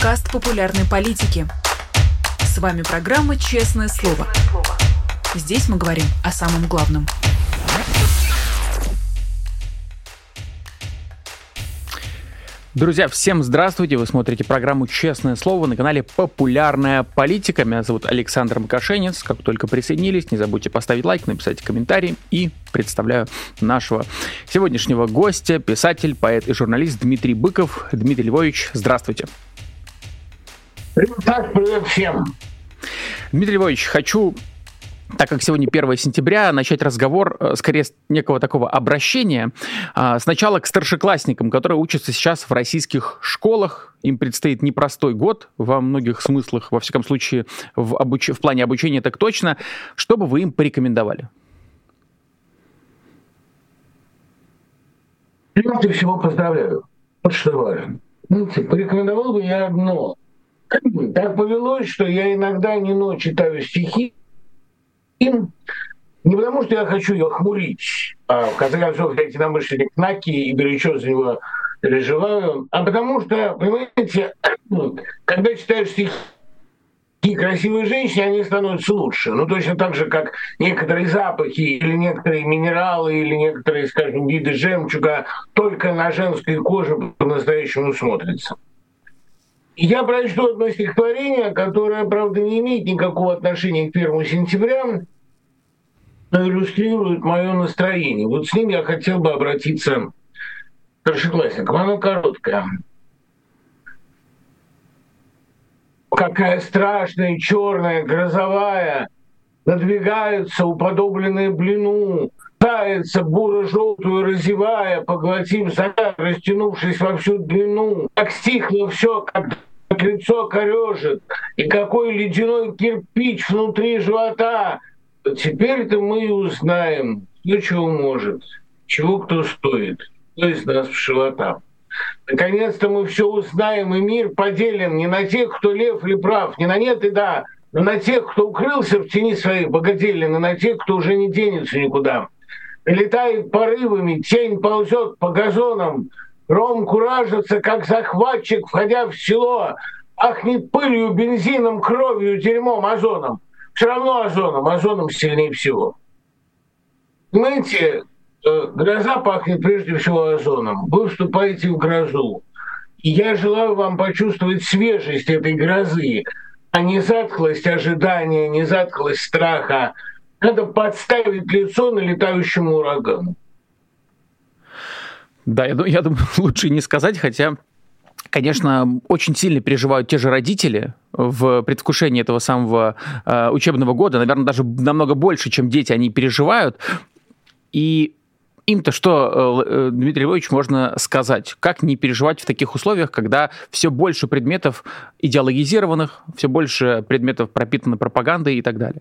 подкаст популярной политики. С вами программа «Честное слово». Здесь мы говорим о самом главном. Друзья, всем здравствуйте! Вы смотрите программу «Честное слово» на канале «Популярная политика». Меня зовут Александр Макашенец. Как только присоединились, не забудьте поставить лайк, написать комментарий. И представляю нашего сегодняшнего гостя, писатель, поэт и журналист Дмитрий Быков. Дмитрий Львович, здравствуйте! Привет всем! Дмитрий Львович, хочу... Так как сегодня 1 сентября, начать разговор скорее с некого такого обращения. Сначала к старшеклассникам, которые учатся сейчас в российских школах. Им предстоит непростой год во многих смыслах, во всяком случае в плане обучения так точно. Что бы вы им порекомендовали? Прежде всего поздравляю. Вот что важно. Порекомендовал бы я одно. Так повелось, что я иногда не ночь читаю стихи, не потому, что я хочу ее хмурить, а в конце концов я единомышленник Наки и горячо за него переживаю, а потому что, понимаете, когда читаешь стихи красивой женщины, они становятся лучше. Ну, точно так же, как некоторые запахи или некоторые минералы или некоторые, скажем, виды жемчуга только на женской коже по-настоящему смотрятся. Я прочту одно стихотворение, которое, правда, не имеет никакого отношения к 1 сентября, но иллюстрирует мое настроение. Вот с ним я хотел бы обратиться к старшеклассникам. Оно короткое. Какая страшная, черная, грозовая, надвигается, уподобленная блину, тается, буро-желтую разевая, поглотив закат, растянувшись во всю длину. Как стихло все, как лицо корежит, и какой ледяной кирпич внутри живота. Теперь-то мы и узнаем, кто чего может, чего кто стоит, кто из нас в живота. Наконец-то мы все узнаем, и мир поделен не на тех, кто лев или прав, не на нет и да, но на тех, кто укрылся в тени своей богателен, и на тех, кто уже не денется никуда. Летает порывами, тень ползет по газонам, гром куражится, как захватчик, входя в село, ахнет пылью, бензином, кровью, дерьмом, озоном. Все равно озоном сильнее всего. Понимаете, гроза пахнет прежде всего озоном. Вы вступаете в грозу. И я желаю вам почувствовать свежесть этой грозы, а не затхлость ожидания, не затхлость страха. Надо подставить лицо налетающему урагану. Да, я думаю, лучше не сказать, хотя, конечно, очень сильно переживают те же родители в предвкушении этого самого учебного года. Наверное, даже намного больше, чем дети, они переживают. И им-то что, Дмитрий Львович, можно сказать? Как не переживать в таких условиях, когда все больше предметов идеологизированных, все больше предметов пропитано пропагандой и так далее?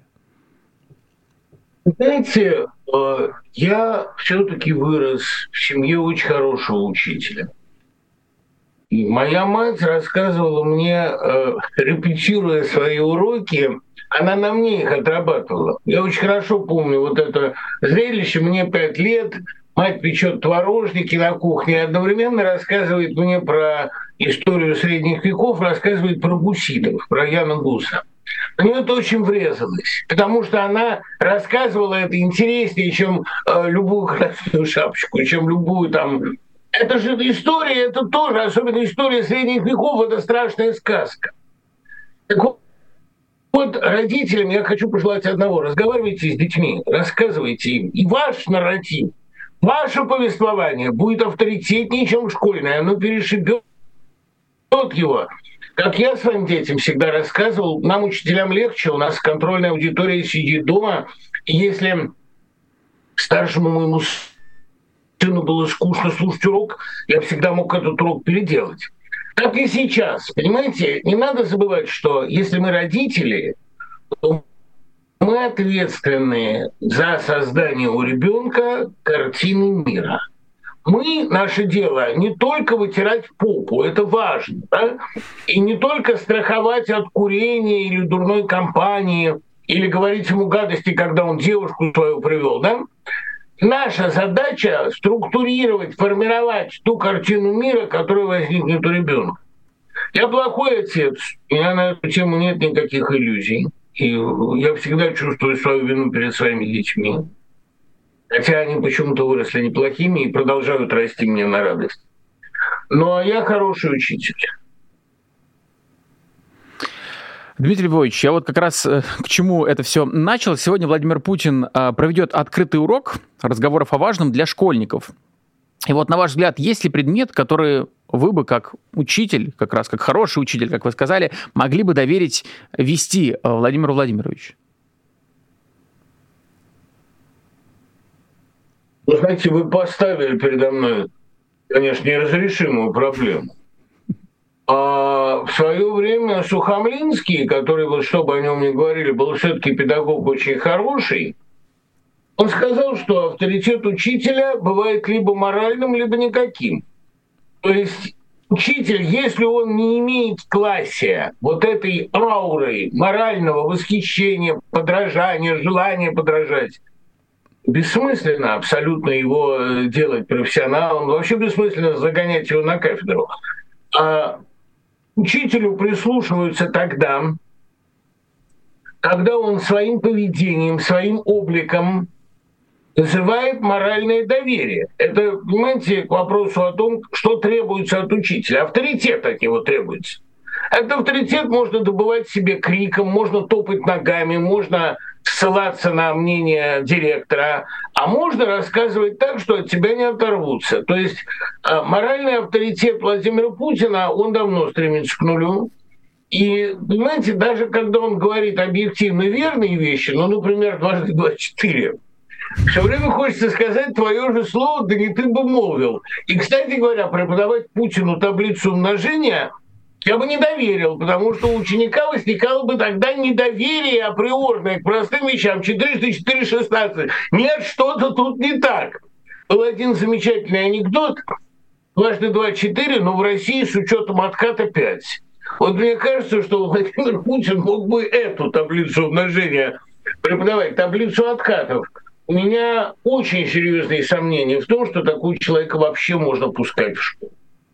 Знаете, я все-таки вырос в семье очень хорошего учителя. И моя мать рассказывала мне, репетируя свои уроки, она на мне их отрабатывала. Я очень хорошо помню вот это зрелище. Мне 5 лет, мать печет творожники на кухне и одновременно рассказывает мне про историю средних веков, рассказывает про гуситов, про Яна Гуса. Мне это очень врезалось, потому что она рассказывала это интереснее, чем любую красную шапочку, чем любую там... Это же история, это тоже, особенно история средних веков, это страшная сказка. Так вот, родителям я хочу пожелать одного. Разговаривайте с детьми, рассказывайте им. И ваш нарратив, ваше повествование будет авторитетнее, чем школьное. Оно перешибет его. Как я своим детям всегда рассказывал, нам, учителям, легче, у нас контрольная аудитория сидит дома, и если старшему моему сыну было скучно слушать урок, я всегда мог этот урок переделать. Как и сейчас, понимаете, не надо забывать, что если мы родители, то мы ответственны за создание у ребенка картины мира. Наше дело не только вытирать попу, это важно, да? И не только страховать от курения или дурной компании, или говорить ему гадости, когда он девушку свою привел, да? Наша задача структурировать, формировать ту картину мира, которая возникнет у ребенка. Я плохой отец, у меня на эту тему нет никаких иллюзий. И я всегда чувствую свою вину перед своими детьми. Хотя они почему-то выросли неплохими и продолжают расти мне на радость. Но я хороший учитель. Дмитрий Львович, я вот как раз к чему это все начал. Сегодня Владимир Путин проведет открытый урок разговоров о важном для школьников. И вот, на ваш взгляд, есть ли предмет, который вы бы как учитель, как раз как хороший учитель, как вы сказали, могли бы доверить вести Владимиру Владимировичу? Ну, знаете, вы поставили передо мной, конечно, неразрешимую проблему. А в свое время Сухомлинский, который, вот что бы о нем ни говорили, был все-таки педагог очень хороший, он сказал, что авторитет учителя бывает либо моральным, либо никаким. То есть учитель, если он не имеет в классе вот этой ауры морального восхищения, подражания, желания подражать, бессмысленно абсолютно его делать профессионалом, вообще бессмысленно загонять его на кафедру. А учителю прислушиваются тогда, когда он своим поведением, своим обликом вызывает моральное доверие. Это, понимаете, к вопросу о том, что требуется от учителя. Авторитет от него требуется. Этот авторитет можно добывать себе криком, можно топать ногами, можно ссылаться на мнение директора, а можно рассказывать так, что от тебя не оторвутся. То есть моральный авторитет Владимира Путина, он давно стремится к нулю. И, понимаете, даже когда он говорит объективно верные вещи, ну, например, 2 × 2 = 4, все время хочется сказать твое же слово, да не ты бы молвил. И, кстати говоря, преподавать Путину таблицу умножения я бы не доверил, потому что у ученика возникало бы тогда недоверие априорное к простым вещам. 400 × 4 = 16. Нет, что-то тут не так. Был один замечательный анекдот. 2 × 2 = 4, но в России с учетом отката 5. Вот мне кажется, что Владимир Путин мог бы эту таблицу умножения преподавать, таблицу откатов. У меня очень серьезные сомнения в том, что такого человека вообще можно пускать в школу.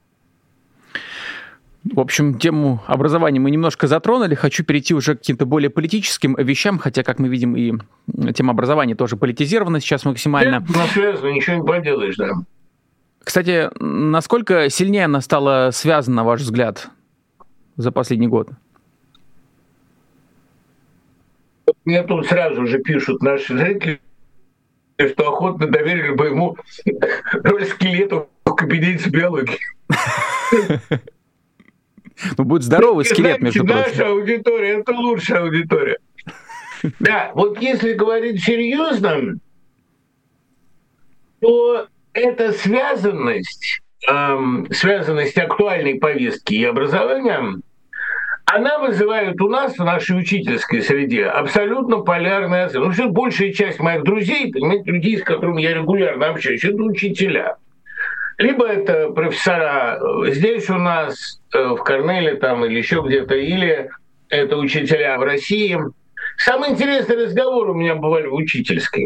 В общем, тему образования мы немножко затронули. Хочу перейти уже к каким-то более политическим вещам, хотя, как мы видим, и тема образования тоже политизирована сейчас максимально. Это связано, ничего не поделаешь, да. Кстати, насколько сильнее она стала связана, на ваш взгляд, за последний год? Мне тут сразу же пишут наши зрители, что охотно доверили бы ему роль скелета в кабинете биологии. Ну, будет здоровый скелет, между прочим. Наша аудитория — это лучшая аудитория. Да, вот если говорить серьезно, то эта связанность актуальной повестки и образования, она вызывает у нас, в нашей учительской среде, абсолютно полярные оценки. Ну, что большая часть моих друзей, понимаете, людей, с которыми я регулярно общаюсь, это учителя. Либо это профессора здесь у нас, в Корнеле там, или еще где-то, или это учителя в России. Самый интересный разговор у меня бывали в учительской.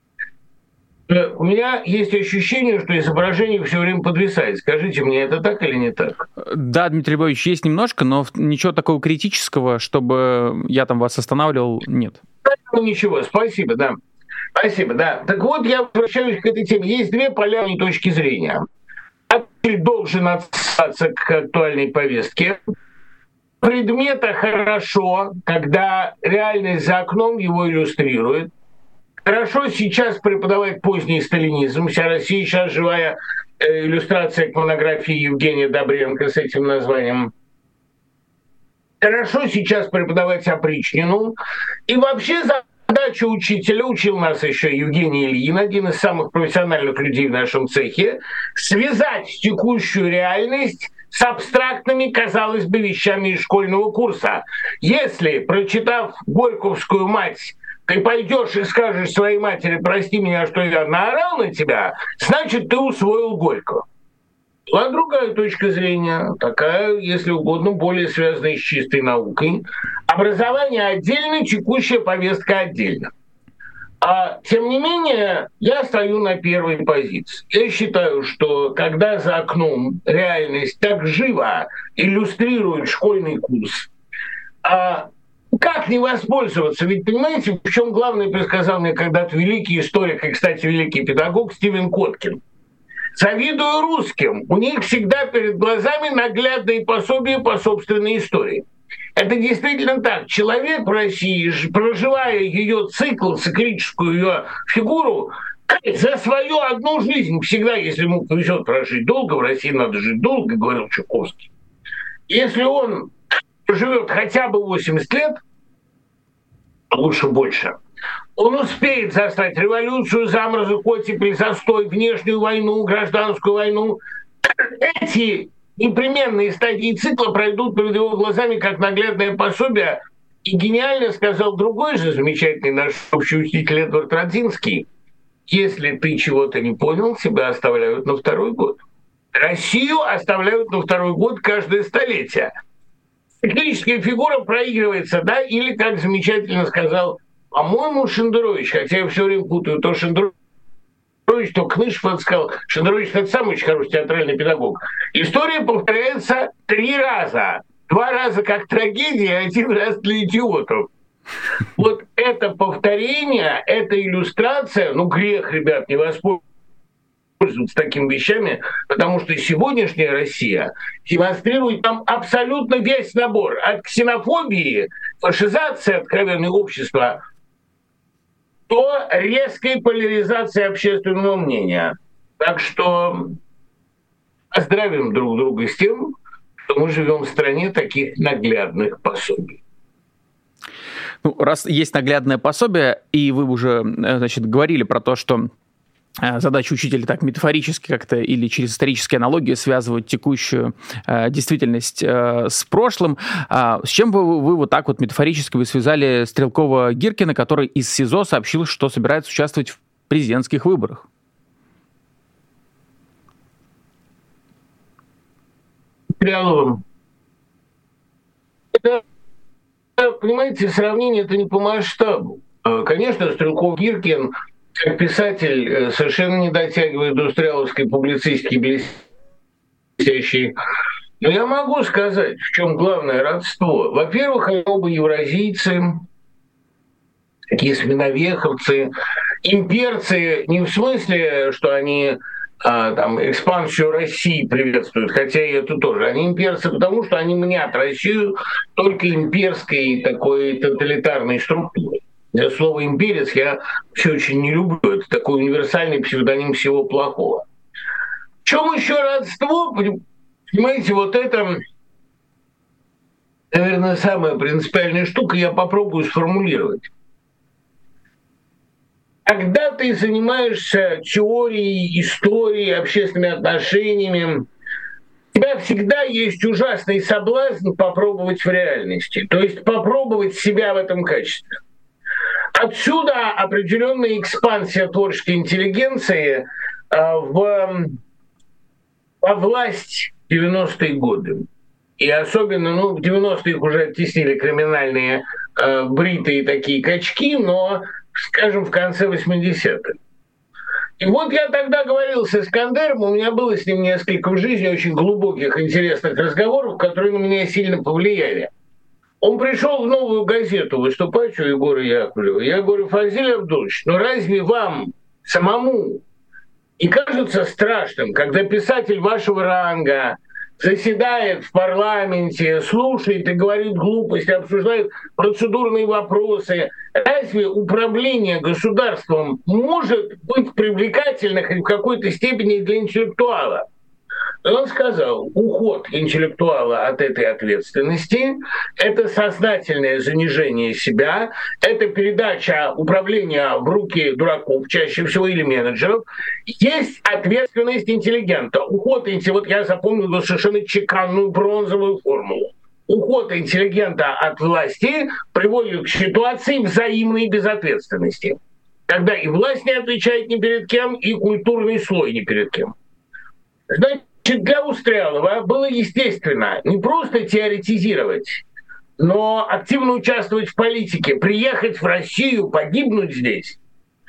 У меня есть ощущение, что изображение все время подвисает. Скажите мне, это так или не так? Да, Дмитрий Львович, есть немножко, но ничего такого критического, чтобы я там вас останавливал, нет. Ну, ничего, спасибо, да. Спасибо, да. Так вот, я возвращаюсь к этой теме. Есть две полярные точки зрения. Учитель должен отсылаться к актуальной повестке. Предмета хорошо, когда реальность за окном его иллюстрирует. Хорошо сейчас преподавать поздний сталинизм. Вся Россия сейчас живая иллюстрация к монографии Евгения Добренко с этим названием. Хорошо сейчас преподавать опричнину. И вообще задача учителя, учил нас еще Евгений Ильин, один из самых профессиональных людей в нашем цехе, связать текущую реальность с абстрактными, казалось бы, вещами из школьного курса. Если, прочитав Горьковскую «Мать», ты пойдешь и скажешь своей матери: прости меня, что я наорал на тебя, значит, ты усвоил Горького. А другая точка зрения, такая, если угодно, более связанная с чистой наукой. Образование отдельно, текущая повестка отдельно. Тем не менее, я стою на первой позиции. Я считаю, что когда за окном реальность так живо иллюстрирует школьный курс, как не воспользоваться? Ведь, понимаете, в чем главное, предсказал мне когда-то великий историк и, кстати, великий педагог Стивен Коткин. Завидую русским. У них всегда перед глазами наглядные пособия по собственной истории. Это действительно так. Человек в России, проживая ее цикл, циклическую ее фигуру, за свою одну жизнь, всегда, если ему повезет прожить долго, в России надо жить долго, говорил Чуковский. Если он проживет хотя бы 80 лет, лучше больше, он успеет застать революцию, заморозок, оттепель, застой, внешнюю войну, гражданскую войну. Эти непременные стадии цикла пройдут перед его глазами как наглядное пособие. И гениально сказал другой же замечательный наш общий учитель Эдвард Радзинский: если ты чего-то не понял, тебя оставляют на второй год. Россию оставляют на второй год каждое столетие. Циклическая фигура проигрывается, да, или, как замечательно сказал, по-моему, Шендерович, хотя я все время путаю, то Шендерович, то Кнышев сказал. Шендерович — это самый очень хороший театральный педагог. История повторяется 3 раза. 2 раза как трагедия, 1 раз для идиотов. Вот это повторение, эта иллюстрация, грех, ребят, не воспользоваться такими вещами, потому что сегодняшняя Россия демонстрирует нам абсолютно весь набор. От ксенофобии, фашизации откровенной общества до резкой поляризации общественного мнения. Так что поздравим друг друга с тем, что мы живем в стране таких наглядных пособий. Раз есть наглядное пособие, и вы уже, говорили про то, что задача учителя так метафорически как-то или через исторические аналогии связывать текущую действительность с прошлым. С чем вы вот так вот метафорически вы связали Стрелкова-Гиркина, который из СИЗО сообщил, что собирается участвовать в президентских выборах? Стрелковым. Это, понимаете, сравнение это не по масштабу. Конечно, Стрелков-Гиркин как писатель совершенно не дотягивает до стрелковской публицистики блестящей. Но я могу сказать, в чем главное родство. Во-первых, они оба евразийцы, такие сменовеховцы, имперцы, не в смысле, что они экспансию России приветствуют, хотя и это тоже. Они имперцы, потому что они мнят Россию только имперской такой тоталитарной структурой. Слово «имперец» я вообще очень не люблю. Это такой универсальный псевдоним всего плохого. В чем еще родство? Понимаете, вот это, наверное, самая принципиальная штука, я попробую сформулировать. Когда ты занимаешься теорией, историей, общественными отношениями, у тебя всегда есть ужасный соблазн попробовать в реальности, то есть попробовать себя в этом качестве. Отсюда определенная экспансия творческой интеллигенции во власть 90-е годы. И особенно, в 90-е их уже оттеснили криминальные бритые такие качки, но, скажем, в конце 80-х. И вот я тогда говорил с Искандером, у меня было с ним несколько в жизни очень глубоких, интересных разговоров, которые на меня сильно повлияли. Он пришел в «Новую газету» выступать у Егора Яковлева. Я говорю: Фазиль Абдулович, разве вам самому не кажется страшным, когда писатель вашего ранга заседает в парламенте, слушает и говорит глупости, обсуждает процедурные вопросы? Разве управление государством может быть привлекательным в какой-то степени для интеллектуала? И он сказал: уход интеллектуала от этой ответственности — это сознательное занижение себя, это передача управления в руки дураков, чаще всего, или менеджеров. Есть ответственность интеллигента. Вот я запомнил совершенно чеканную бронзовую формулу. Уход интеллигента от власти приводит к ситуации взаимной безответственности, когда и власть не отвечает ни перед кем, и культурный слой ни перед кем. Значит, для Устрялова было естественно не просто теоретизировать, но активно участвовать в политике, приехать в Россию, погибнуть здесь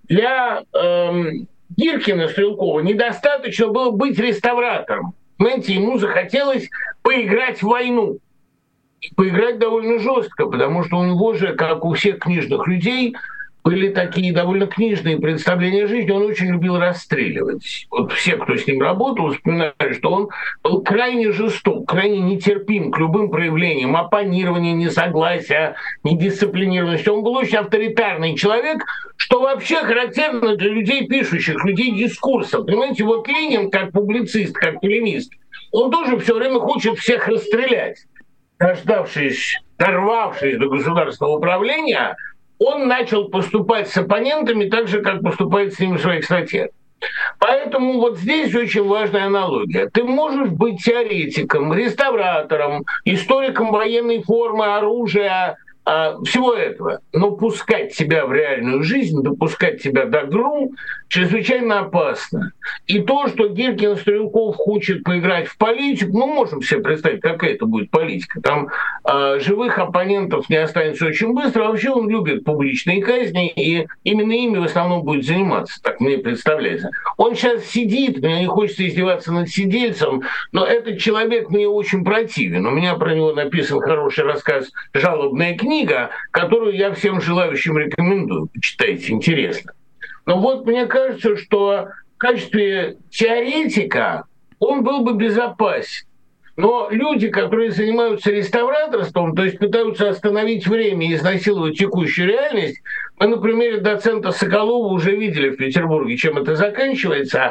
для Гиркина Стрелкова недостаточно было быть реставратором. Понимаете, ему захотелось поиграть в войну. И поиграть довольно жестко, потому что у него же, как у всех книжных людей, были такие довольно книжные представления о жизни. Он очень любил расстреливать. Вот все, кто с ним работал, вспоминали, что он был крайне жесток, крайне нетерпим к любым проявлениям оппонирования, несогласия, недисциплинированности. Он был очень авторитарный человек, что вообще характерно для людей пишущих, людей дискурса. Понимаете, вот Ленин, как публицист, как полемист, он тоже все время хочет всех расстрелять. Дождавшись, дорвавшись до государственного управления, он начал поступать с оппонентами так же, как поступает с ними в своих статьях. Поэтому вот здесь очень важная аналогия. Ты можешь быть теоретиком, реставратором, историком военной формы, оружия, всего этого, но пускать себя в реальную жизнь, допускать себя до ГРУ чрезвычайно опасно. И то, что Гиркин Стрелков хочет поиграть в политику, ну, можем себе представить, какая это будет политика. Там живых оппонентов не останется очень быстро. Вообще он любит публичные казни, и именно ими в основном будет заниматься, так мне представляется. Он сейчас сидит, мне не хочется издеваться над сидельцем, но этот человек мне очень противен. У меня про него написан хороший рассказ «Жалобная книга», которую я всем желающим рекомендую. Почитайте, интересно. Но вот мне кажется, что в качестве теоретика он был бы безопасен. Но люди, которые занимаются реставраторством, то есть пытаются остановить время и изнасиловать текущую реальность, мы на примере доцента Соколова уже видели в Петербурге, чем это заканчивается,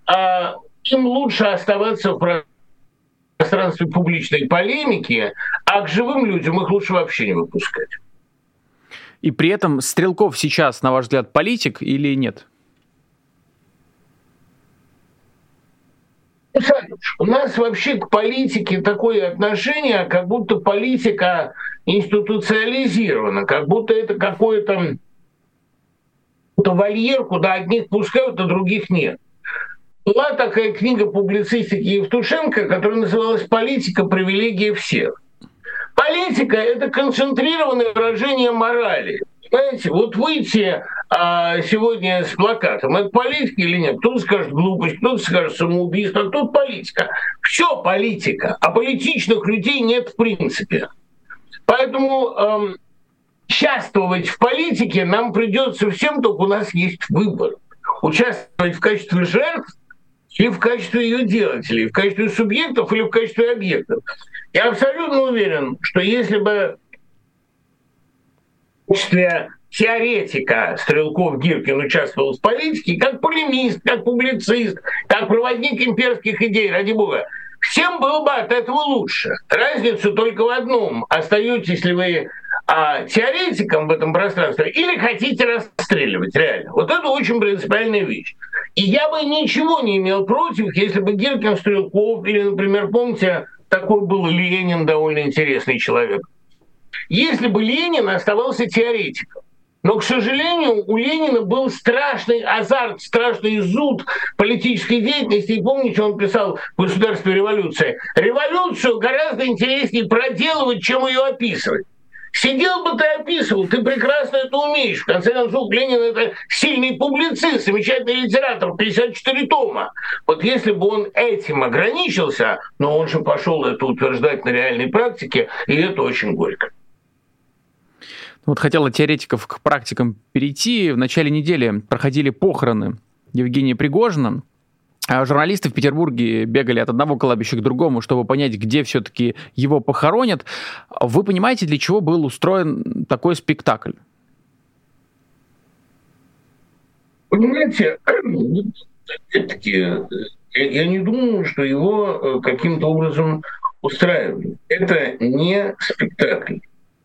им лучше оставаться в пространстве публичной полемики, а к живым людям их лучше вообще не выпускать. И при этом Стрелков сейчас, на ваш взгляд, политик или нет? У нас вообще к политике такое отношение, как будто политика институциализирована, как будто это какой-то вольер, куда одних пускают, а других нет. Была такая книга публицистики Евтушенко, которая называлась «Политика. Привилегия всех». Политика – это концентрированное выражение морали. Понимаете, вот выйти сегодня с плакатом – это политика или нет? Кто-то скажет глупость, кто-то скажет самоубийство, кто-то политика. Все политика, а политичных людей нет в принципе. Поэтому участвовать в политике нам придется всем, только у нас есть выбор. Участвовать в качестве жертв или в качестве ее делателей, в качестве субъектов или в качестве объектов. Я абсолютно уверен, что если бы в качестве теоретика Стрелков-Гиркин участвовал в политике, как полемист, как публицист, как проводник имперских идей, ради бога, всем было бы от этого лучше. Разница только в одном. Остаетесь ли вы теоретиком в этом пространстве или хотите расстреливать реально. Вот это очень принципиальная вещь. И я бы ничего не имел против, если бы Гиркин Стрелков или, например, помните, такой был Ленин, довольно интересный человек. Если бы Ленин оставался теоретиком. Но, к сожалению, у Ленина был страшный азарт, страшный зуд политической деятельности. И помните, он писал в «Государстве революции»: революцию гораздо интереснее проделывать, чем ее описывать. Сидел бы ты, описывал, ты прекрасно это умеешь. В конце концов, Ленин — это сильный публицист, замечательный литератор, 54 тома. Вот если бы он этим ограничился, но он же пошел это утверждать на реальной практике, и это очень горько. Вот хотел от теоретиков к практикам перейти. В начале недели проходили похороны Евгения Пригожина. Журналисты в Петербурге бегали от одного кладбища к другому, чтобы понять, где все-таки его похоронят. Вы понимаете, для чего был устроен такой спектакль? Понимаете, я не думаю, что его каким-то образом устраивали. Это не спектакль.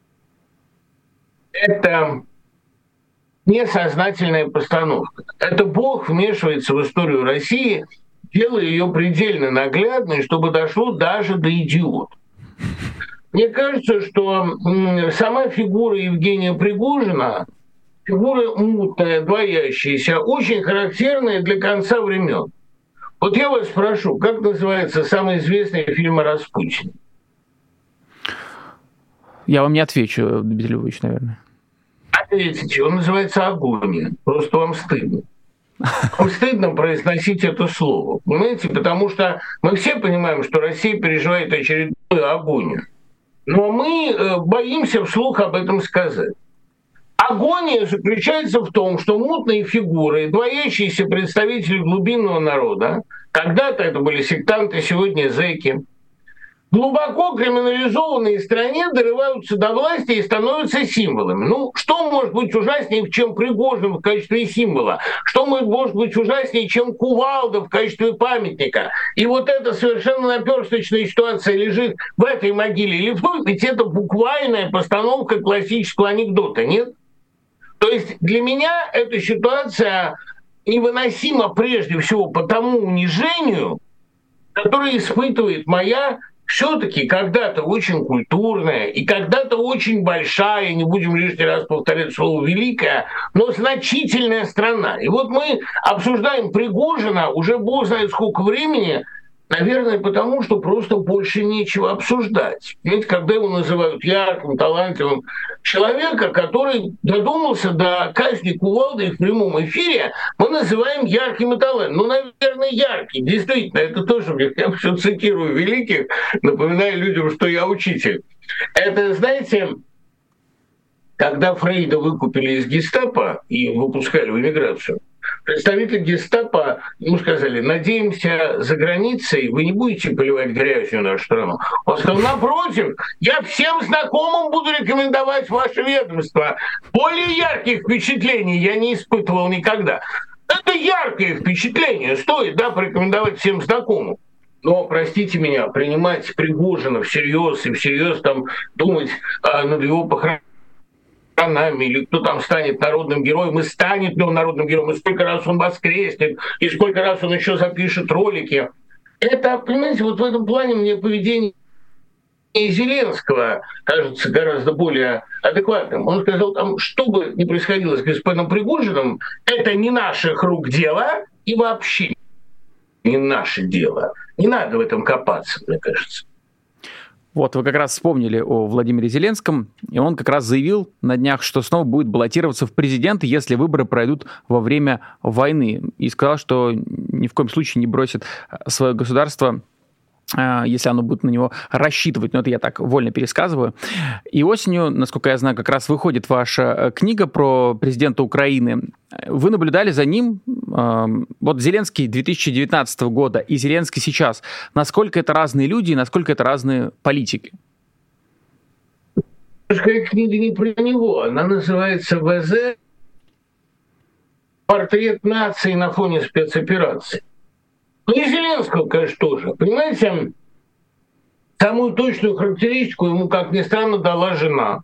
Это несознательная постановка. Это Бог вмешивается в историю России, делая ее предельно наглядной, чтобы дошло даже до идиота. Мне кажется, что сама фигура Евгения Пригожина, фигура мутная, двоящаяся, очень характерная для конца времен. Вот я вас спрошу, как называется самый известный фильм о Распутине? Я вам не отвечу, Дмитрий Львович, наверное. ответите, он называется агония. Просто вам стыдно. Вам стыдно произносить это слово. Понимаете? Потому что мы все понимаем, что Россия переживает очередную агонию. Но мы боимся вслух об этом сказать. Агония заключается в том, что мутные фигуры, двоящиеся представители глубинного народа, когда-то это были сектанты, сегодня зэки, глубоко криминализованные стране дорываются до власти и становятся символами. Ну, что может быть ужаснее, чем Пригожин в качестве символа? Что может быть ужаснее, чем Кувалда в качестве памятника? И вот эта совершенно наперсточная ситуация лежит в этой могиле или в той, ведь это буквальная постановка классического анекдота, нет? То есть для меня эта ситуация невыносима прежде всего по тому унижению, которое испытывает моя все-таки когда-то очень культурная и когда-то очень большая, не будем лишний раз повторять слово «великая», но значительная страна. И вот мы обсуждаем Пригожина уже бог знает сколько времени, наверное, потому что просто больше нечего обсуждать. Ведь когда его называют ярким, талантливым, человека, который додумался до казни Кувалды в прямом эфире, мы называем ярким и талантливым. Ну, наверное, яркий. Действительно, это тоже, я все цитирую великих, напоминаю людям, что я учитель. Это, знаете, когда Фрейда выкупили из гестапо и выпускали в эмиграцию, представитель гестапо ему сказали: надеемся, за границей вы не будете поливать грязью нашу страну. Он сказал: напротив, я всем знакомым буду рекомендовать ваше ведомство. Более ярких впечатлений я не испытывал никогда. Это яркое впечатление, стоит, да, порекомендовать всем знакомым. Но, простите меня, принимать Пригожина всерьез и всерьез там думать над его похоронами, или кто там станет народным героем, и станет ли он народным героем, и сколько раз он воскреснет, и сколько раз он еще запишет ролики. Это, понимаете, вот в этом плане мне поведение Зеленского кажется гораздо более адекватным. Он сказал, там, что бы ни происходило с господином Пригожиным, это не наших рук дело и вообще не наше дело. Не надо в этом копаться, мне кажется. Вот, вы как раз вспомнили о Владимире Зеленском, и он как раз заявил на днях, что снова будет баллотироваться в президенты, если выборы пройдут во время войны. И сказал, что ни в коем случае не бросит свое государство, если оно будет на него рассчитывать. Но это я так вольно пересказываю. И осенью, насколько я знаю, как раз выходит ваша книга про президента Украины. Вы наблюдали за ним, вот Зеленский 2019 года и Зеленский сейчас. Насколько это разные люди и насколько это разные политики? Книга не про него. Она называется «ВЗ. Портрет нации на фоне спецоперации». Ну и Зеленского, конечно, тоже. Понимаете, самую точную характеристику ему, как ни странно, дала жена.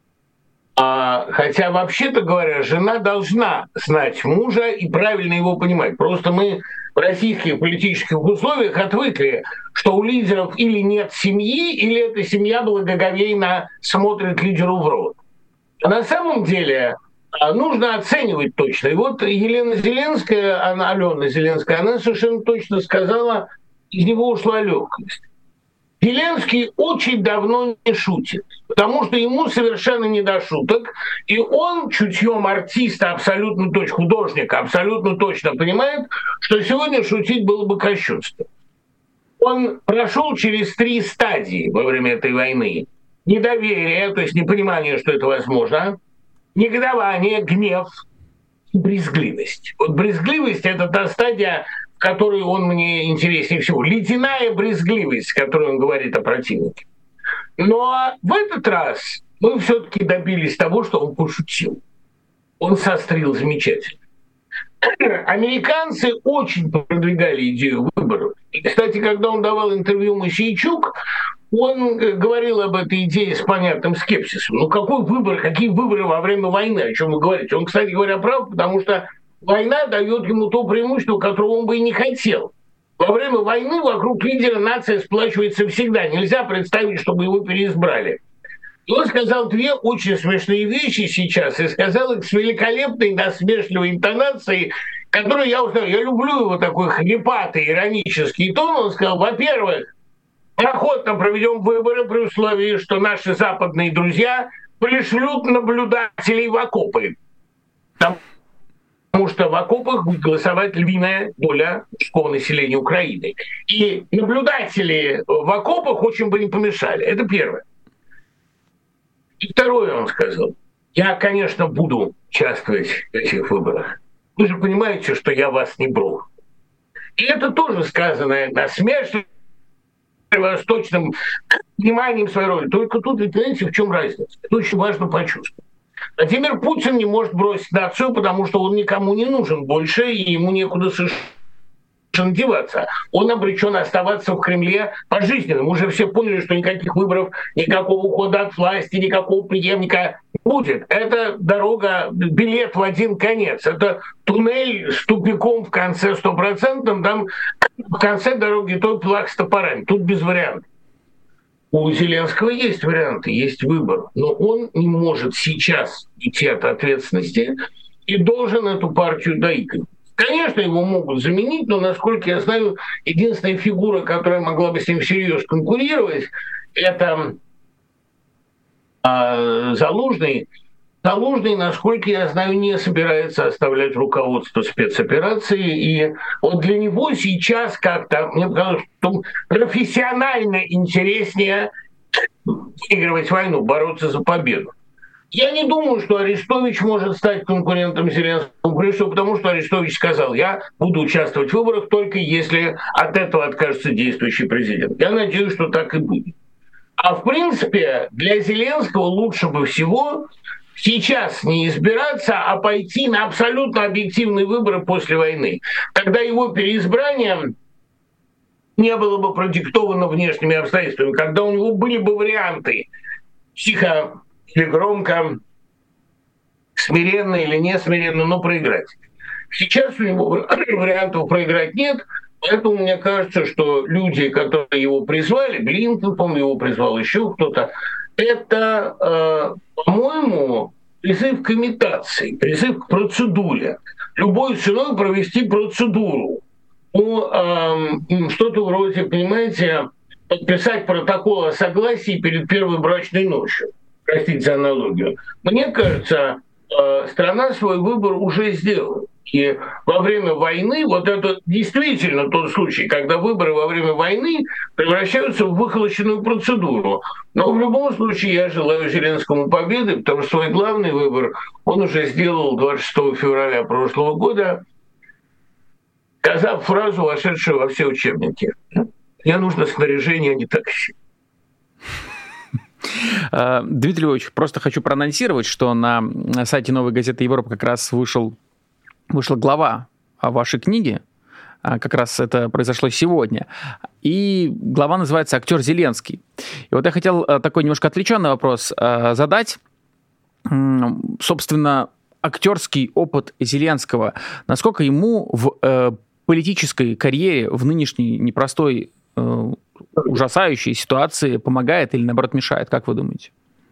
Хотя, вообще-то говоря, жена должна знать мужа и правильно его понимать. Просто мы в российских политических условиях отвыкли, что у лидеров или нет семьи, или эта семья благоговейно смотрит лидеру в рот. А на самом деле нужно оценивать точно. И вот Алена Зеленская, она совершенно точно сказала, из него ушла легкость. Зеленский очень давно не шутит, потому что ему совершенно не до шуток, и он чутьем артиста, абсолютно точно, художника, абсолютно точно понимает, что сегодня шутить было бы кощунство. Он прошел через 3 стадии во время этой войны. Недоверие, то есть непонимание, что это возможно, негодование, гнев и брезгливость. Вот брезгливость — это та стадия, в которой он мне интереснее всего. Ледяная брезгливость, с которой он говорит о противнике. Но в этот раз мы все-таки добились того, что он пошутил. Он сострил замечательно. Американцы очень продвигали идею выборов. И, кстати, когда он давал интервью Мосейчук, он говорил об этой идее с понятным скепсисом. Ну какой выбор, какие выборы во время войны, о чем вы говорите? Он, кстати говоря, прав, потому что война дает ему то преимущество, которого он бы и не хотел. Во время войны вокруг лидера нация сплачивается всегда. Нельзя представить, чтобы его переизбрали. И он сказал 2 очень смешные вещи сейчас, и сказал их с великолепной насмешливой интонацией, которую я узнал. Я люблю его такой хрипатый, иронический тон. Он сказал, во-первых, охотно проведем выборы при условии, что наши западные друзья пришлют наблюдателей в окопы. Потому что в окопах будет голосовать львиная доля мужского населения Украины. И наблюдатели в окопах очень бы не помешали. Это первое. И второе он сказал. Я, конечно, буду участвовать в этих выборах. Вы же понимаете, что я вас не брошу. И это тоже сказано насмешливо, с точным вниманием своей роли. Только тут, вы понимаете, в чем разница? Это очень важно почувствовать. Владимир Путин не может бросить нацию, потому что он никому не нужен больше, и ему некуда совершенно деваться. Он обречен оставаться в Кремле пожизненно. Мы уже все поняли, что никаких выборов, никакого ухода от власти, никакого преемника не будет. Это дорога, билет в один конец. Это туннель с тупиком в конце 100%, там в конце дороги тот плак с топорами. Тут без вариантов. У Зеленского есть варианты, есть выбор, но он не может сейчас идти от ответственности и должен эту партию доить. Конечно, его могут заменить, но, насколько я знаю, единственная фигура, которая могла бы с ним всерьез конкурировать, это Залужный. Залужный, насколько я знаю, не собирается оставлять руководство спецоперации. И вот для него сейчас как-то, мне показалось, что профессионально интереснее выигрывать войну, бороться за победу. Я не думаю, что Арестович может стать конкурентом Зеленскому, прежде всего потому, что Арестович сказал, я буду участвовать в выборах только если от этого откажется действующий президент. Я надеюсь, что так и будет. А в принципе, для Зеленского лучше бы всего сейчас не избираться, а пойти на абсолютно объективные выборы после войны. Тогда его переизбрание не было бы продиктовано внешними обстоятельствами, когда у него были бы варианты тихо или громко, смиренно или не смиренно, но проиграть. Сейчас у него вариантов проиграть нет, поэтому мне кажется, что люди, которые его призвали, Блинкен, по-моему, его призвал еще кто-то, это, по-моему, призыв к имитации, призыв к процедуре. Любой ценой провести процедуру. Что-то вроде, понимаете, подписать протокол о согласии перед первой брачной ночью. Простите за аналогию. Мне кажется, страна свой выбор уже сделала. И во время войны, вот это действительно тот случай, когда выборы во время войны превращаются в выхолощенную процедуру. Но в любом случае я желаю Зеленскому победы, потому что свой главный выбор он уже сделал 26 февраля прошлого года, сказав фразу, вошедшую во все учебники. Мне нужно снаряжение, а не такси. Дмитрий Львович, просто хочу проанонсировать, что на сайте «Новой газеты Европа» как раз вышла глава о вашей книге. Как раз это произошло сегодня. И глава называется «Актер Зеленский». И вот я хотел такой немножко отвлеченный вопрос задать. Собственно, актерский опыт Зеленского, насколько ему в политической карьере, в нынешней непростой, ужасающей ситуации помогает или, наоборот, мешает? Как вы думаете?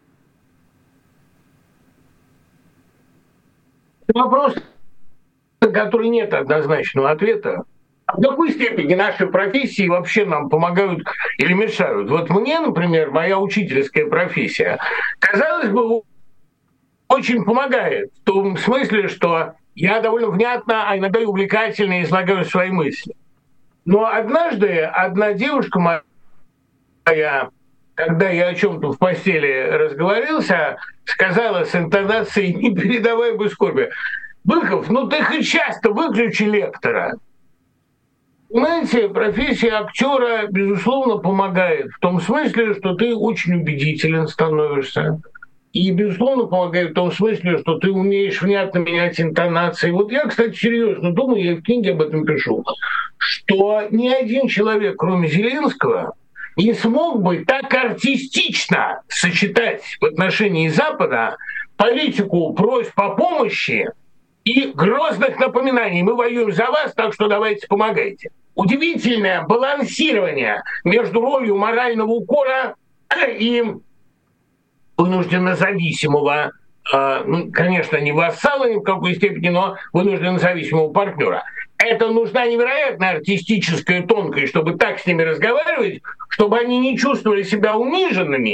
Вопрос, на который нет однозначного ответа. В какой степени наши профессии вообще нам помогают или мешают? Вот мне, например, моя учительская профессия, казалось бы, очень помогает. В том смысле, что я довольно внятно, а иногда и увлекательно излагаю свои мысли. Но однажды одна девушка моя, когда я о чем-то в постели разговорился, сказала с интонацией непередаваемой скорби: «Быков, ну ты хоть часто выключи лектора». Понимаете, профессия актера, безусловно, помогает в том смысле, что ты очень убедителен становишься. И, безусловно, помогает в том смысле, что ты умеешь внятно менять интонации. Вот я, кстати, серьезно думаю, я в книге об этом пишу, что ни один человек, кроме Зеленского, не смог бы так артистично сочетать в отношении Запада политику просьб о помощи и грозных напоминаний. Мы воюем за вас, так что давайте помогайте. Удивительное балансирование между ролью морального укора и вынужденно зависимого, конечно, не вассала ни в какой степени, но вынужденно зависимого партнера. Это нужна невероятная артистическая тонкость, чтобы так с ними разговаривать, чтобы они не чувствовали себя униженными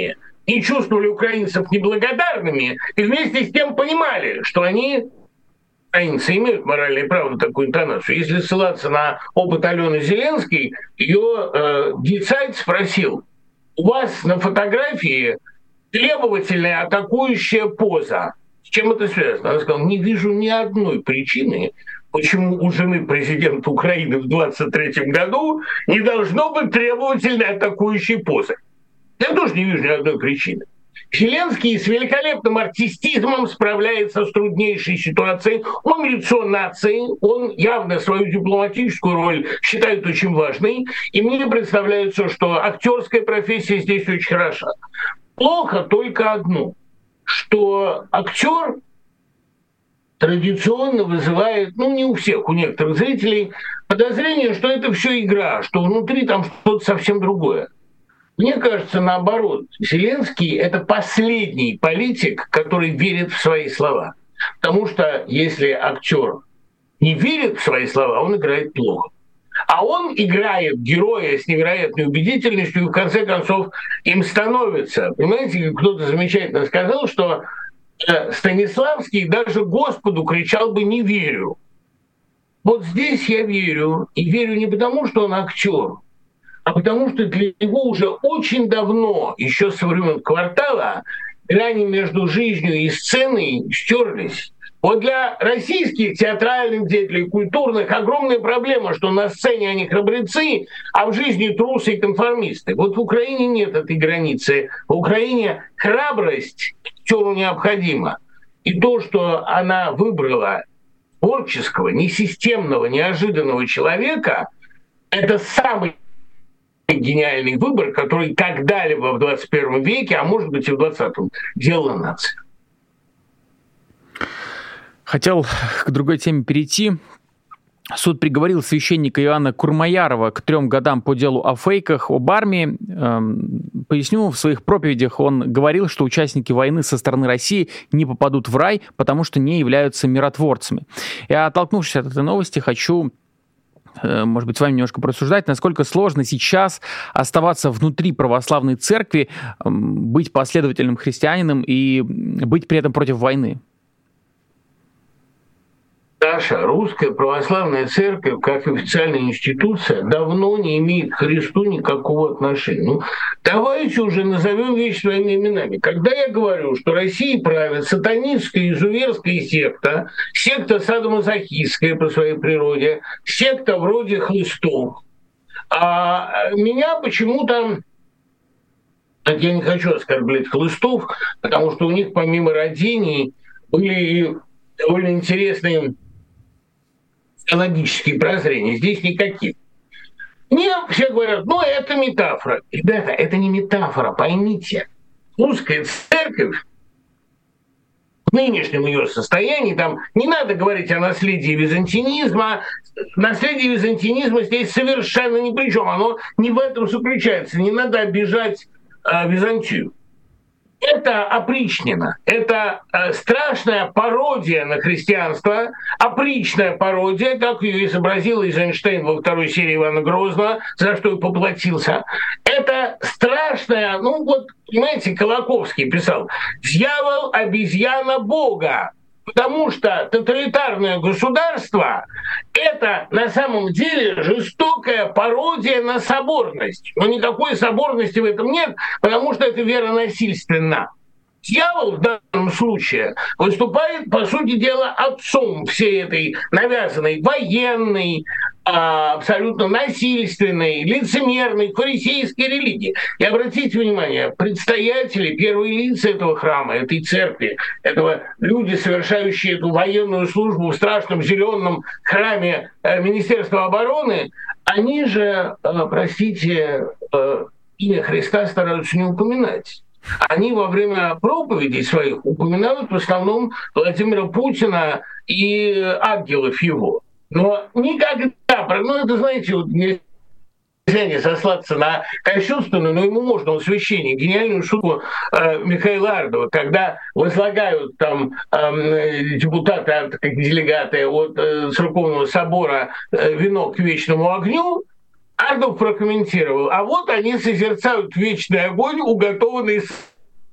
не чувствовали украинцев неблагодарными и вместе с тем понимали, что украинцы имеют моральное право на такую интонацию. Если ссылаться на опыт Алены Зеленской, ее Ди-Цайт спросил: у вас на фотографии требовательная атакующая поза. С чем это связано? Она сказала: не вижу ни одной причины, почему у жены президента Украины в 2023 году не должно быть требовательной атакующей позы. Я тоже не вижу ни одной причины. Зеленский с великолепным артистизмом справляется с труднейшей ситуацией. Он лицо нации, он явно свою дипломатическую роль считает очень важной. И мне представляется, что актерская профессия здесь очень хороша. Плохо только одно, что актер традиционно вызывает, не у всех, у некоторых зрителей, подозрение, что это все игра, что внутри там что-то совсем другое. Мне кажется, наоборот, Зеленский — это последний политик, который верит в свои слова. Потому что если актер не верит в свои слова, он играет плохо. А он играет героя с невероятной убедительностью и в конце концов им становится. Понимаете, кто-то замечательно сказал, что Станиславский даже Господу кричал бы «не верю». Вот здесь я верю. И верю не потому, что он актер, а потому что для него уже очень давно, еще со времен «Квартала», грани между жизнью и сценой стерлись. Вот для российских театральных деятелей, культурных огромная проблема, что на сцене они храбрецы, а в жизни трусы и конформисты. Вот в Украине нет этой границы. В Украине храбрость актеру необходима. И то, что она выбрала творческого, несистемного, неожиданного человека, это самый гениальный выбор, который когда-либо в 21 веке, а может быть и в 20-м, делала нация. Хотел к другой теме перейти. Суд приговорил священника Иоанна Курмаярова к 3 годам по делу о фейках об армии. Поясню, в своих проповедях он говорил, что участники войны со стороны России не попадут в рай, потому что не являются миротворцами. Я, оттолкнувшись от этой новости, хочу, может быть, с вами немножко порассуждать, насколько сложно сейчас оставаться внутри православной церкви, быть последовательным христианином и быть при этом против войны. Наша русская православная церковь, как официальная институция, давно не имеет к Христу никакого отношения. Давайте уже назовем вещи своими именами. Когда я говорю, что Россией правит сатанистская изуверская секта, секта садомазохистская по своей природе, секта вроде Хлыстов, а меня почему-то, я не хочу оскорблять Хлыстов, потому что у них помимо родений были довольно интересные теологические прозрения. Здесь никаких. Мне все говорят, это метафора. Ребята, это не метафора, поймите. Русская церковь в нынешнем ее состоянии, там не надо говорить о наследии византинизма. Наследие византинизма здесь совершенно ни при чем. Оно не в этом заключается. Не надо обижать Византию. Это опричнина, это страшная пародия на христианство, опричная пародия, как ее изобразил Эйзенштейн во второй серии Ивана Грозного, за что и поплатился. Это страшная, понимаете, Колоковский писал, «Дьявол, обезьяна Бога». Потому что тоталитарное государство — это на самом деле жестокая пародия на соборность. Но никакой соборности в этом нет, потому что это вера насильственна. Дьявол в данном случае выступает, по сути дела, отцом всей этой навязанной военной, абсолютно насильственной, лицемерной, фарисейской религии. И обратите внимание, предстоятели, первые лица этого храма, этой церкви, этого люди, совершающие эту военную службу в страшном зеленом храме Министерства обороны, они же, имя Христа стараются не упоминать. Они во время проповедей своих упоминают в основном Владимира Путина и ангелов его. Но никогда, это, знаете, нельзя не сослаться на кощунственную, но ему можно, он священник, гениальную шутку Михаила Ардова, когда возлагают там депутаты, как делегаты от Церковного собора венок к вечному огню, Ардов прокомментировал, а вот они созерцают вечный огонь, уготованный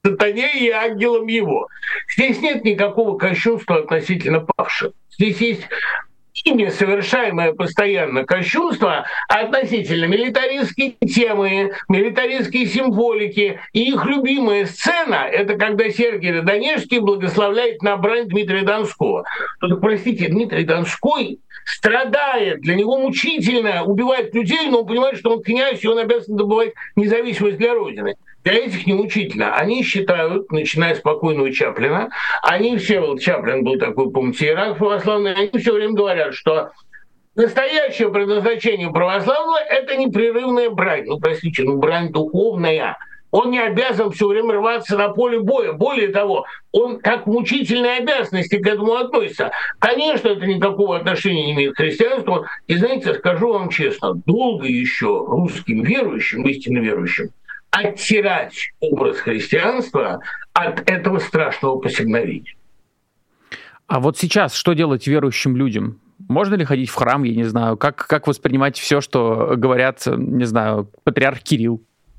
сатане и ангелам его. Здесь нет никакого кощунства относительно павших. Здесь есть ими совершаемое постоянно кощунство относительно милитаристской темы, милитаристской символики. И их любимая сцена — это когда Сергий Донежский благословляет на брань Дмитрия Донского. Ну, простите, Дмитрий Донской страдает, для него мучительно убивать людей, но он понимает, что он князь, и он обязан добывать независимость для Родины. Для этих не мучительно. Они считают, начиная с покойного Чаплина, Всеволод Чаплин был такой, помните, иерарх православный, они все время говорят, что настоящее предназначение православного — это непрерывная брань. Брань духовная. Он не обязан все время рваться на поле боя. Более того, он как мучительные обязанности к этому относится. Конечно, это никакого отношения не имеет к христианству. И знаете, скажу вам честно, долго еще русским верующим, истинно верующим, оттирать образ христианства от этого страшного посягновения. А вот сейчас что делать верующим людям? Можно ли ходить в храм, я не знаю, как воспринимать все, что говорят, не знаю, патриарх Кирилл?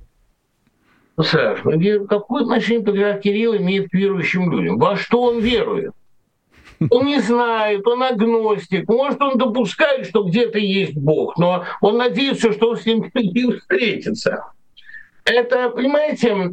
Саш, какое отношение патриарх Кирилл имеет к верующим людям? Во что он верует? Он не знает, он агностик. Может, он допускает, что где-то есть Бог, но он надеется, что он с ним не встретится. Это, понимаете,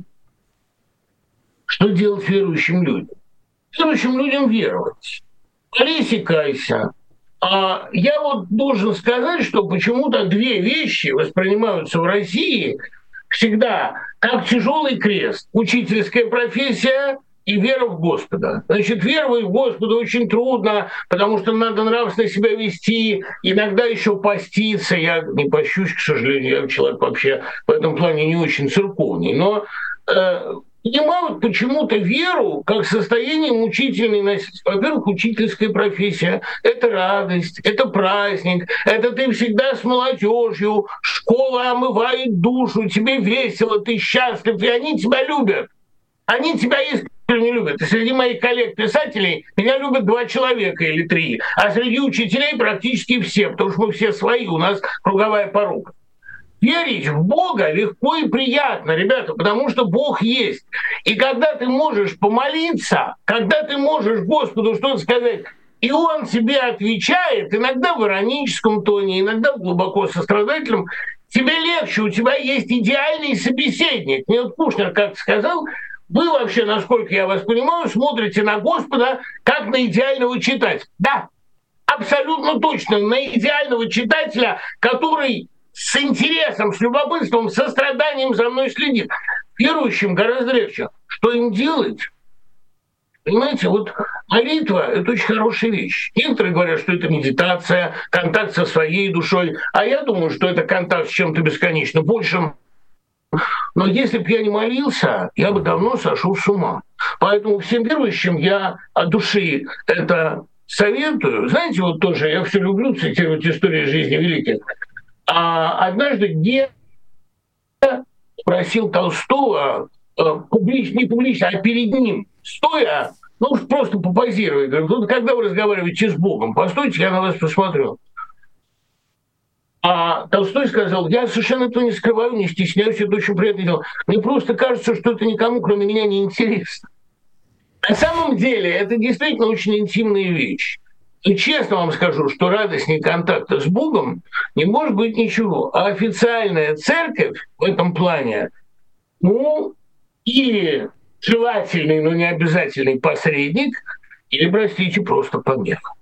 что делать верующим людям? Верующим людям веровать. Молись и кайся. А я вот должен сказать, что почему-то две вещи воспринимаются в России всегда как тяжелый крест. Учительская профессия и вера в Господа. Значит, веровать в Господа очень трудно, потому что надо нравственно себя вести, иногда еще поститься. Я не пощусь, к сожалению, я человек вообще в этом плане не очень церковный, но понимают почему-то веру как состояние мучительной носить. Во-первых, учительская профессия — это радость, это праздник, это ты всегда с молодежью, школа омывает душу, тебе весело, ты счастлив, и они тебя любят. Они тебя искренне любят. И среди моих коллег-писателей меня любят 2 человека или 3, а среди учителей практически все, потому что мы все свои, у нас круговая порука. Верить в Бога легко и приятно, ребята, потому что Бог есть. И когда ты можешь помолиться, когда ты можешь Господу что-то сказать, и Он тебе отвечает, иногда в ироническом тоне, иногда глубоко сострадательном, тебе легче, у тебя есть идеальный собеседник. Мне вот Кушнер как-то сказал: вы вообще, насколько я вас понимаю, смотрите на Господа как на идеального читателя. Да, абсолютно точно, на идеального читателя, который с интересом, с любопытством, с состраданием за мной следит. Верующим гораздо легче. Что им делать? Понимаете, вот молитва — это очень хорошая вещь. Некоторые говорят, что это медитация, контакт со своей душой, а я думаю, что это контакт с чем-то бесконечно большим. Но если бы я не молился, я бы давно сошел с ума. Поэтому всем верующим я от души это советую. Знаете, вот тоже я все люблю цитировать истории жизни великих. А однажды Гетте спросил Толстого не публично, а перед ним, стоя, ну уж просто попозировать, говорит: ну, когда вы разговариваете с Богом, постойте, я на вас посмотрю. А Толстой сказал: я совершенно этого не скрываю, не стесняюсь, это очень приятное дело. Мне просто кажется, что это никому, кроме меня, не интересно. На самом деле это действительно очень интимная вещь. И честно вам скажу, что радостнее контакта с Богом не может быть ничего. А официальная церковь в этом плане, ну, или желательный, но не обязательный посредник, или, простите, просто помеха.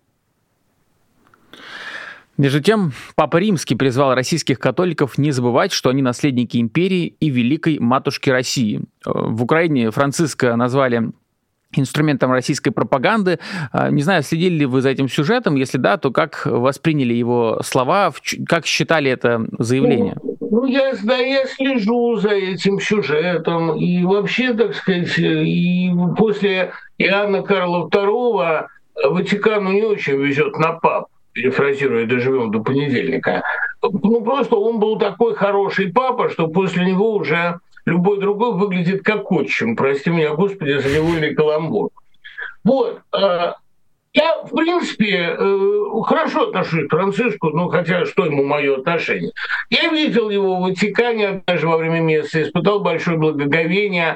Между тем, Папа Римский призвал российских католиков не забывать, что они наследники империи и великой матушки России. В Украине Франциска назвали инструментом российской пропаганды. Не знаю, следили ли вы за этим сюжетом? Если да, то как восприняли его слова, как считали это заявление? Я слежу за этим сюжетом. И вообще, так сказать, и после Иоанна Карла II Ватикану не очень везет на пап, перефразируя «доживем до понедельника». Ну, просто он был такой хороший папа, что после него уже любой другой выглядит как отчим. Прости меня, Господи, за невольный каламбур. Вот. Я, в принципе, хорошо отношусь к Франциску, ну, хотя что ему мое отношение. Я видел его в Ватикане однажды во время мессы, испытал большое благоговение.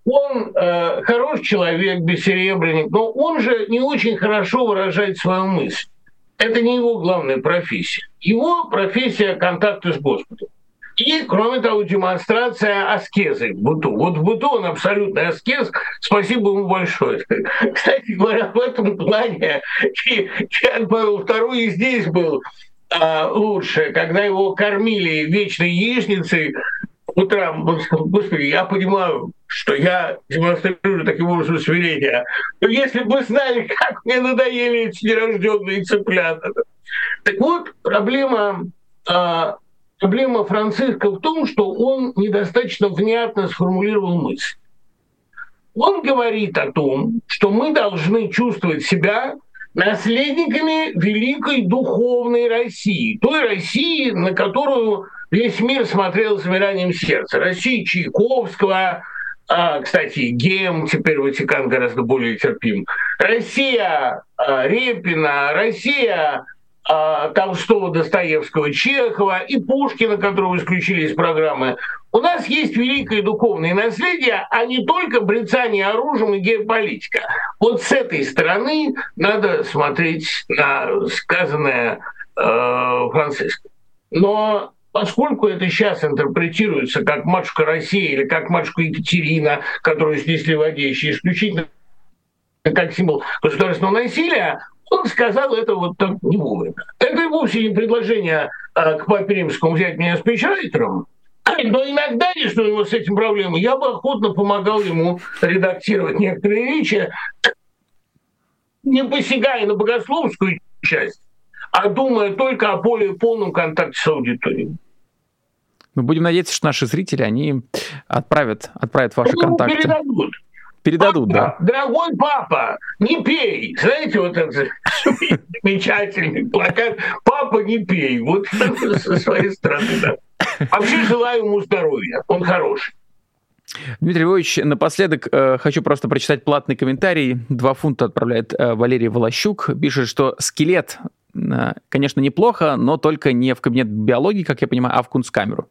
Он хороший человек, бессеребренник, но он же не очень хорошо выражает свою мысль. Это не его главная профессия. Его профессия – контакты с Господом. И, кроме того, демонстрация аскезы в быту. Вот в быту он абсолютный аскез. Спасибо ему большое. Кстати говоря, в этом плане Иоанн Павел II и здесь был лучше, когда его кормили вечной яичницей утром. Господи, я понимаю, что я демонстрирую таким образом смирение. Но если бы вы знали, как мне надоели эти нерожденные цыплята. Так вот, проблема Франциска в том, что он недостаточно внятно сформулировал мысль. Он говорит о том, что мы должны чувствовать себя наследниками великой духовной России, той России, на которую весь мир смотрел замиранием сердца. России Чайковского, кстати, Гем, теперь Ватикан гораздо более терпим. Россия Репина, Россия Толстого, Достоевского, Чехова и Пушкина, которого исключили из программы. У нас есть великое духовное наследие, а не только брецание оружием и геополитика. Вот с этой стороны надо смотреть на сказанное Франциском. Но поскольку это сейчас интерпретируется как матушка Россия или как матушка Екатерина, которую снесли в Одессе, исключительно как символ государственного насилия, он сказал это вот так не вовремя. Это вовсе не предложение к Папе Римскому взять меня спичрайтером, но иногда, если у него с этим проблемы, я бы охотно помогал ему редактировать некоторые речи, не посягая на богословскую часть, а думая только о более полном контакте с аудиторией. Мы будем надеяться, что наши зрители, они отправят ваши контакты. Передадут, да. Дорогой папа, не пей. Знаете, вот этот замечательный плакат «Папа, не пей». Вот со своей стороны, да. Вообще желаю ему здоровья. Он хороший. Дмитрий Львович, напоследок хочу просто прочитать платный комментарий. 2 фунта отправляет Валерий Волощук. Пишет, что скелет, конечно, неплохо, но только не в кабинет биологии, как я понимаю, а в кунсткамеру.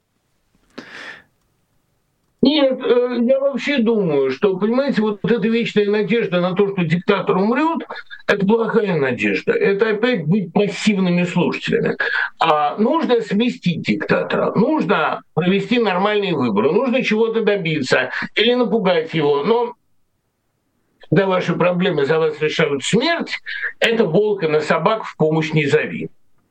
Нет, я вообще думаю, что, понимаете, вот эта вечная надежда на то, что диктатор умрет, это плохая надежда. Это опять быть пассивными слушателями. Нужно сместить диктатора, нужно провести нормальные выборы, нужно чего-то добиться или напугать его. Но когда ваши проблемы за вас решают смерть, это волка на собак в помощь не зови.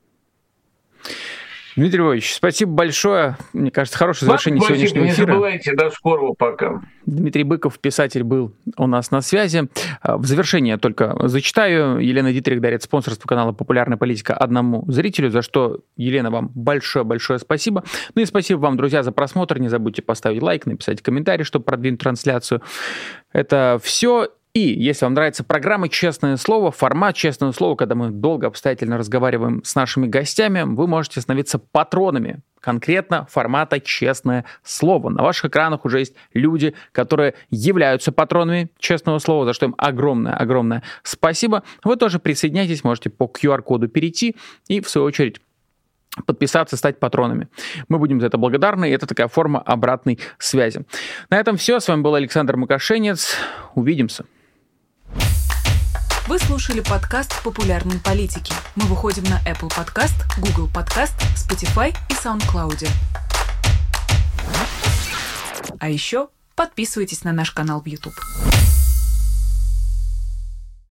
Дмитрий Львович, спасибо большое. Мне кажется, хорошее завершение сегодняшнего эфира. Не забывайте, до скорого, пока. Дмитрий Быков, писатель, был у нас на связи. В завершение только зачитаю. Елена Дитрих дарит спонсорство канала «Популярная политика» одному зрителю, за что, Елена, вам большое-большое спасибо. Ну и спасибо вам, друзья, за просмотр. Не забудьте поставить лайк, написать комментарий, чтобы продвинуть трансляцию. Это все. И если вам нравится программа «Честное слово», формат «Честное слово», когда мы долго обстоятельно разговариваем с нашими гостями, вы можете становиться патронами конкретно формата «Честное слово». На ваших экранах уже есть люди, которые являются патронами «Честного слова», за что им огромное спасибо. Вы тоже присоединяйтесь, можете по QR-коду перейти и, в свою очередь, подписаться, стать патронами. Мы будем за это благодарны, и это такая форма обратной связи. На этом все. С вами был Александр Макашенец. Увидимся. Вы слушали подкаст «Популярной политики». Мы выходим на Apple Podcast, Google Podcast, Spotify и SoundCloud. А еще подписывайтесь на наш канал в YouTube.